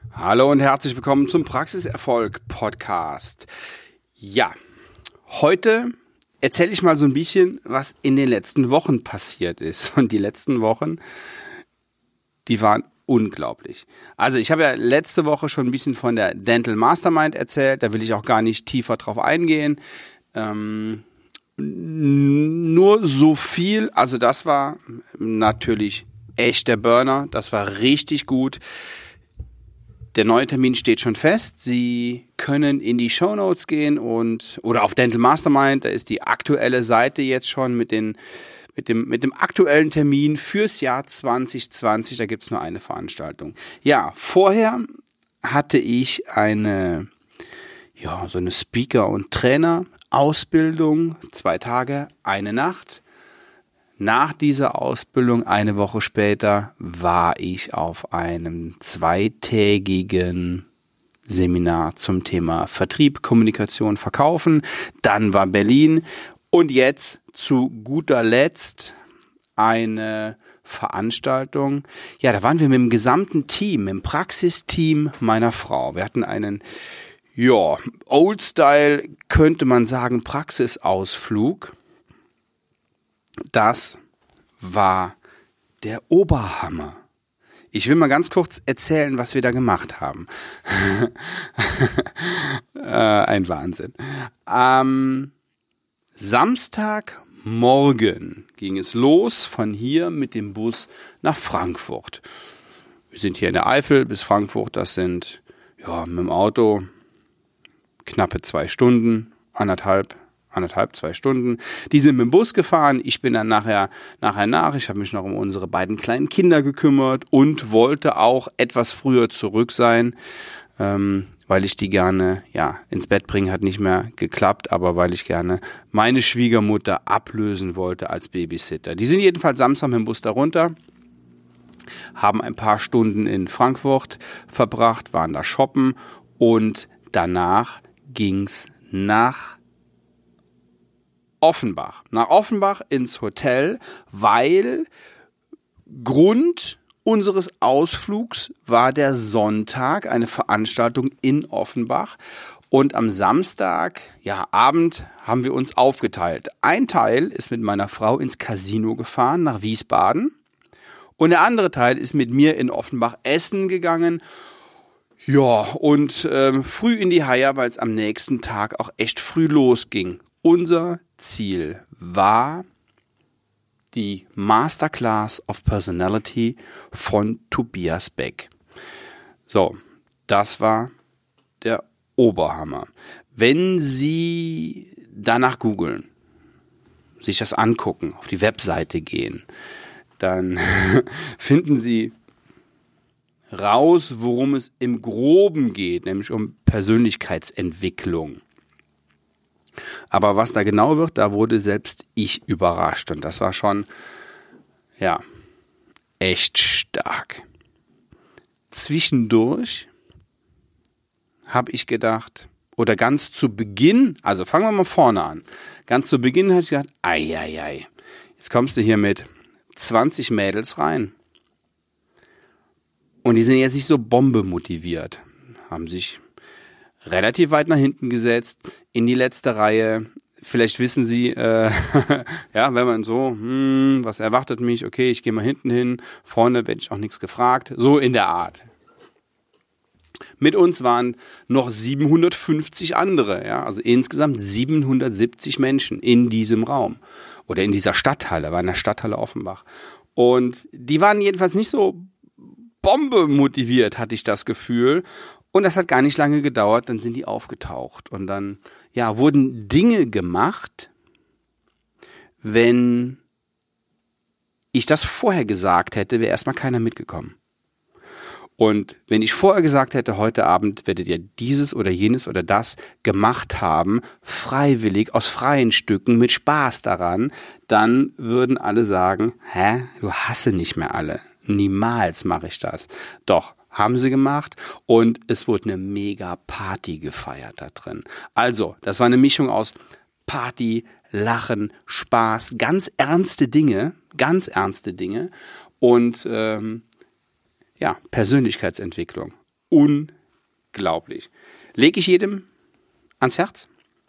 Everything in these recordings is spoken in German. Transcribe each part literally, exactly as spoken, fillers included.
Hallo und herzlich willkommen zum Praxiserfolg-Podcast. Ja, heute erzähle ich mal so ein bisschen, was in den letzten Wochen passiert ist. Und die letzten Wochen, die waren unglaublich. Also ich habe ja letzte Woche schon ein bisschen von der Dental Mastermind erzählt, da will ich auch gar nicht tiefer drauf eingehen. Ähm, nur so viel, also das war natürlich echt der Burner, das war richtig gut. Der neue Termin steht schon fest. Sie können in die Shownotes gehen und oder auf Dental Mastermind, da ist die aktuelle Seite jetzt schon mit den mit dem mit dem aktuellen Termin fürs Jahr zwanzig zwanzig. Da gibt's nur eine Veranstaltung. Ja, vorher hatte ich eine ja so eine Speaker- und Trainer-Ausbildung, zwei Tage, eine Nacht. Nach dieser Ausbildung, eine Woche später, war ich auf einem zweitägigen Seminar zum Thema Vertrieb, Kommunikation, Verkaufen. Dann war Berlin und jetzt zu guter Letzt eine Veranstaltung. Ja, da waren wir mit dem gesamten Team, mit dem Praxisteam meiner Frau. Wir hatten einen, ja, Old-Style, könnte man sagen, Praxisausflug. Das war der Oberhammer. Ich will mal ganz kurz erzählen, was wir da gemacht haben. äh, ein Wahnsinn. Am Samstagmorgen ging es los von hier mit dem Bus nach Frankfurt. Wir sind hier in der Eifel bis Frankfurt. Das sind ja mit dem Auto knappe zwei Stunden, anderthalb anderthalb, zwei Stunden. Die sind mit dem Bus gefahren. Ich bin dann nachher, nachher nach. Ich habe mich noch um unsere beiden kleinen Kinder gekümmert und wollte auch etwas früher zurück sein, ähm, weil ich die gerne, ja, ins Bett bringen hat nicht mehr geklappt, aber weil ich gerne meine Schwiegermutter ablösen wollte als Babysitter. Die sind jedenfalls Samstag mit dem Bus da runter, haben ein paar Stunden in Frankfurt verbracht, waren da shoppen und danach ging's nach Offenbach. Nach Offenbach ins Hotel, weil Grund unseres Ausflugs war der Sonntag, eine Veranstaltung in Offenbach. Und am Samstag, ja, Abend haben wir uns aufgeteilt. Ein Teil ist mit meiner Frau ins Casino gefahren, nach Wiesbaden. Und der andere Teil ist mit mir in Offenbach essen gegangen. Ja, und äh, früh in die Haie, weil es am nächsten Tag auch echt früh losging. Unser Ziel war die Masterclass of Personality von Tobias Beck. So, das war der Oberhammer. Wenn Sie danach googeln, sich das angucken, auf die Webseite gehen, dann finden Sie raus, worum es im Groben geht, nämlich um Persönlichkeitsentwicklung. Aber was da genau wird, da wurde selbst ich überrascht. Und das war schon, ja, echt stark. Zwischendurch habe ich gedacht, oder ganz zu Beginn, also fangen wir mal vorne an. Ganz zu Beginn habe ich gedacht, ei, ei, ei, jetzt kommst du hier mit zwanzig Mädels rein. Und die sind jetzt nicht so Bombe motiviert, haben sich relativ weit nach hinten gesetzt, in die letzte Reihe. Vielleicht wissen Sie, äh, ja, wenn man so, hm, was erwartet mich? Okay, ich gehe mal hinten hin, vorne werde ich auch nichts gefragt. So in der Art. Mit uns waren noch siebenhundertfünfzig andere, ja, also insgesamt siebenhundertsiebzig Menschen in diesem Raum oder in dieser Stadthalle, war in der Stadthalle Offenbach. Und die waren jedenfalls nicht so Bombe motiviert, hatte ich das Gefühl. Und das hat gar nicht lange gedauert, dann sind die aufgetaucht. Und dann, ja, wurden Dinge gemacht, wenn ich das vorher gesagt hätte, wäre erstmal keiner mitgekommen. Und wenn ich vorher gesagt hätte, heute Abend werdet ihr dieses oder jenes oder das gemacht haben, freiwillig, aus freien Stücken, mit Spaß daran, dann würden alle sagen, hä, du hasse nicht mehr alle. Niemals mache ich das. Doch, haben sie gemacht und es wurde eine mega Party gefeiert da drin. Also, das war eine Mischung aus Party, Lachen, Spaß, ganz ernste Dinge, ganz ernste Dinge und ähm, ja, Persönlichkeitsentwicklung. unglaublich. Lege ich jedem ans Herz.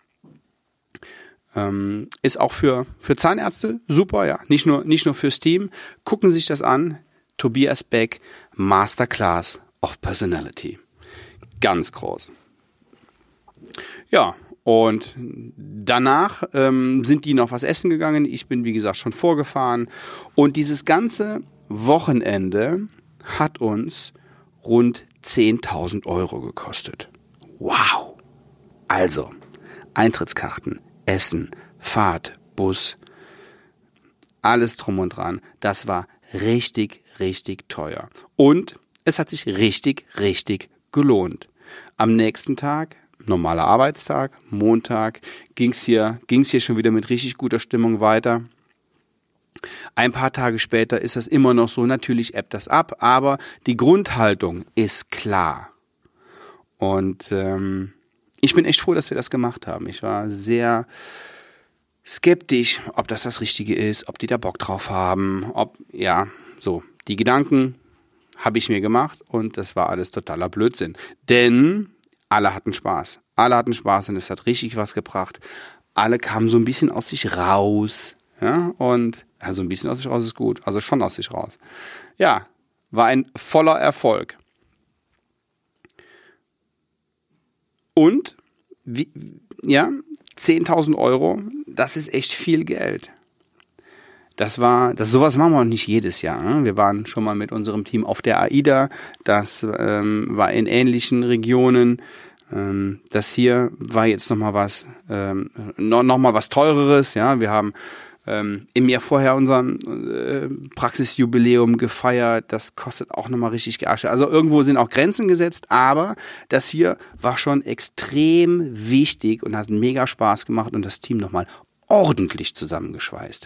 Ähm, ist auch für, für Zahnärzte super, ja. Nicht nur, nicht nur fürs Team. Gucken Sie sich das an. Tobias Beck, Masterclass of Personality. Ganz groß. Ja, und danach ähm, sind die noch was essen gegangen. Ich bin, wie gesagt, schon vorgefahren. Und dieses ganze Wochenende hat uns rund zehntausend Euro gekostet. Wow! Also, Eintrittskarten, Essen, Fahrt, Bus, alles drum und dran. Das war richtig, richtig teuer. Und es hat sich richtig, richtig gelohnt. Am nächsten Tag, normaler Arbeitstag, Montag, ging's hier, ging's hier schon wieder mit richtig guter Stimmung weiter. Ein paar Tage später ist das immer noch so, natürlich ebbt das ab, aber die Grundhaltung ist klar. Und ähm, ich bin echt froh, dass wir das gemacht haben. Ich war sehr skeptisch, ob das das Richtige ist, ob die da Bock drauf haben, ob, ja, so. Die Gedanken habe ich mir gemacht und das war alles totaler Blödsinn. Denn alle hatten Spaß. Alle hatten Spaß und es hat richtig was gebracht. Alle kamen so ein bisschen aus sich raus. Ja, und ja, so ein bisschen aus sich raus ist gut. Also schon aus sich raus. Ja, war ein voller Erfolg. Und, wie, ja, zehntausend Euro, das ist echt viel Geld. Das war, das sowas machen wir auch nicht jedes Jahr. Ne? Wir waren schon mal mit unserem Team auf der AIDA. Das ähm, war in ähnlichen Regionen. Ähm, das hier war jetzt noch mal was, ähm, noch, noch mal was Teureres. Ja, wir haben ähm, im Jahr vorher unser äh, Praxisjubiläum gefeiert. Das kostet auch noch mal richtig Geasche. Also irgendwo sind auch Grenzen gesetzt, aber das hier war schon extrem wichtig und hat mega Spaß gemacht und das Team noch mal ordentlich zusammengeschweißt.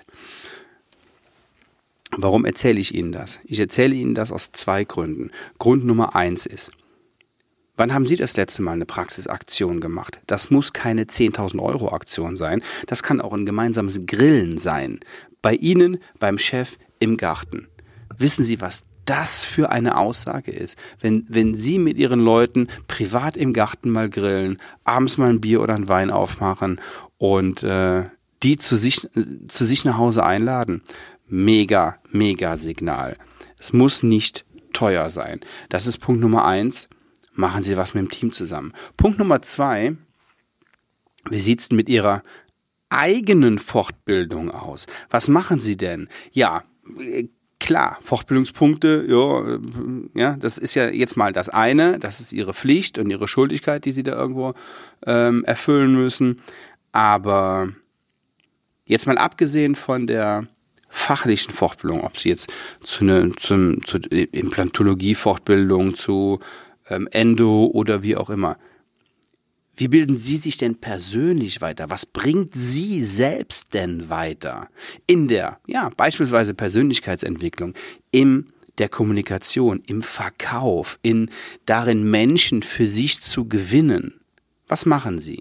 Warum erzähle ich Ihnen das? Ich erzähle Ihnen das aus zwei Gründen. Grund Nummer eins ist, wann haben Sie das letzte Mal eine Praxisaktion gemacht? Das muss keine zehntausend Euro Aktion sein. Das kann auch ein gemeinsames Grillen sein. Bei Ihnen, beim Chef, im Garten. Wissen Sie, was das für eine Aussage ist? Wenn, wenn Sie mit Ihren Leuten privat im Garten mal grillen, abends mal ein Bier oder ein Wein aufmachen und äh, die zu sich, zu sich nach Hause einladen. Mega, mega Signal. Es muss nicht teuer sein. Das ist Punkt Nummer eins. Machen Sie was mit dem Team zusammen. Punkt Nummer zwei. Wie sieht's denn mit Ihrer eigenen Fortbildung aus? Was machen Sie denn? Ja, klar, Fortbildungspunkte, ja, ja, das ist ja jetzt mal das eine. Das ist Ihre Pflicht und Ihre Schuldigkeit, die Sie da irgendwo ähm, erfüllen müssen. Aber jetzt mal abgesehen von der fachlichen Fortbildung, ob sie jetzt zu einer zu, zu Implantologie-Fortbildung, zu ähm, Endo oder wie auch immer. Wie bilden Sie sich denn persönlich weiter? Was bringt Sie selbst denn weiter? In der, ja, beispielsweise Persönlichkeitsentwicklung, in der Kommunikation, im Verkauf, in darin Menschen für sich zu gewinnen. Was machen Sie?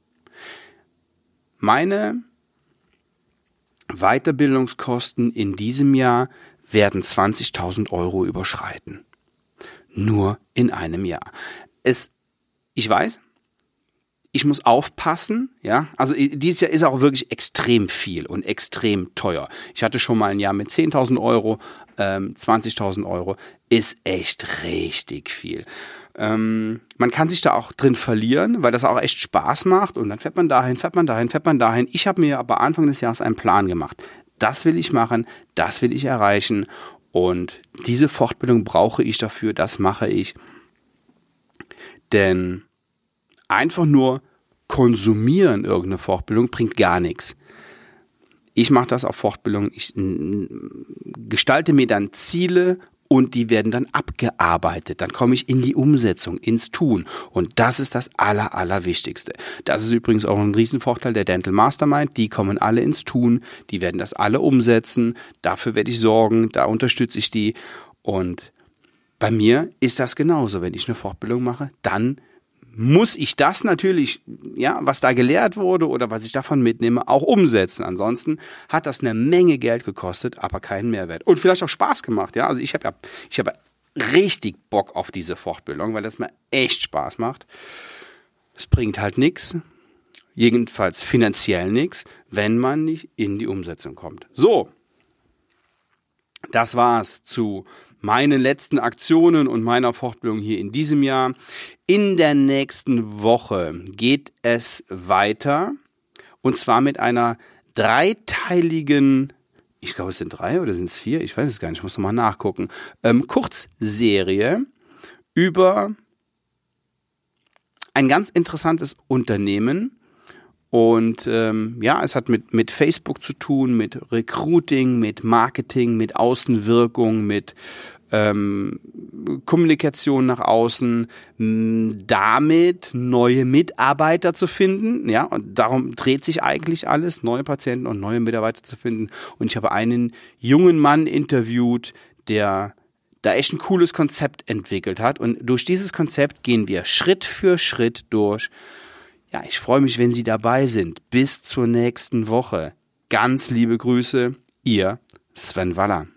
Meine Weiterbildungskosten in diesem Jahr werden zwanzigtausend Euro überschreiten. Nur in einem Jahr. Es, ich weiß, ich muss aufpassen, ja. Also dieses Jahr ist auch wirklich extrem viel und extrem teuer. Ich hatte schon mal ein Jahr mit zehntausend Euro, ähm, zwanzigtausend Euro ist echt richtig viel. Ähm, man kann sich da auch drin verlieren, weil das auch echt Spaß macht und dann fährt man dahin, fährt man dahin, fährt man dahin. Ich habe mir aber Anfang des Jahres einen Plan gemacht. Das will ich machen, das will ich erreichen und diese Fortbildung brauche ich dafür, das mache ich. Denn einfach nur konsumieren irgendeine Fortbildung bringt gar nichts. Ich mache das auf Fortbildung, ich gestalte mir dann Ziele und die werden dann abgearbeitet. Dann komme ich in die Umsetzung, ins Tun. Und das ist das Aller, Allerwichtigste. Das ist übrigens auch ein Riesenvorteil der Dental Mastermind. Die kommen alle ins Tun, die werden das alle umsetzen. Dafür werde ich sorgen, da unterstütze ich die. Und bei mir ist das genauso. Wenn ich eine Fortbildung mache, dann muss ich das natürlich, ja, was da gelehrt wurde oder was ich davon mitnehme, auch umsetzen. Ansonsten hat das eine Menge Geld gekostet, aber keinen Mehrwert. Und vielleicht auch Spaß gemacht, ja. Also ich habe ja, ich habe richtig Bock auf diese Fortbildung, weil das mir echt Spaß macht. Es bringt halt nichts, jedenfalls finanziell nichts, wenn man nicht in die Umsetzung kommt. So, das war's zu meinen letzten Aktionen und meiner Fortbildung hier in diesem Jahr. In der nächsten Woche geht es weiter und zwar mit einer dreiteiligen, ich glaube es sind drei oder sind es vier, ich weiß es gar nicht, ich muss nochmal nachgucken, ähm, Kurzserie über ein ganz interessantes Unternehmen. Und ähm, ja, es hat mit, mit Facebook zu tun, mit Recruiting, mit Marketing, mit Außenwirkung, mit ähm, Kommunikation nach außen, mh, damit neue Mitarbeiter zu finden. Ja, und darum dreht sich eigentlich alles, neue Patienten und neue Mitarbeiter zu finden. Und ich habe einen jungen Mann interviewt, der da echt ein cooles Konzept entwickelt hat. Und durch dieses Konzept gehen wir Schritt für Schritt durch. Ja, ich freue mich, wenn Sie dabei sind. Bis zur nächsten Woche. Ganz liebe Grüße, Ihr Sven Waller.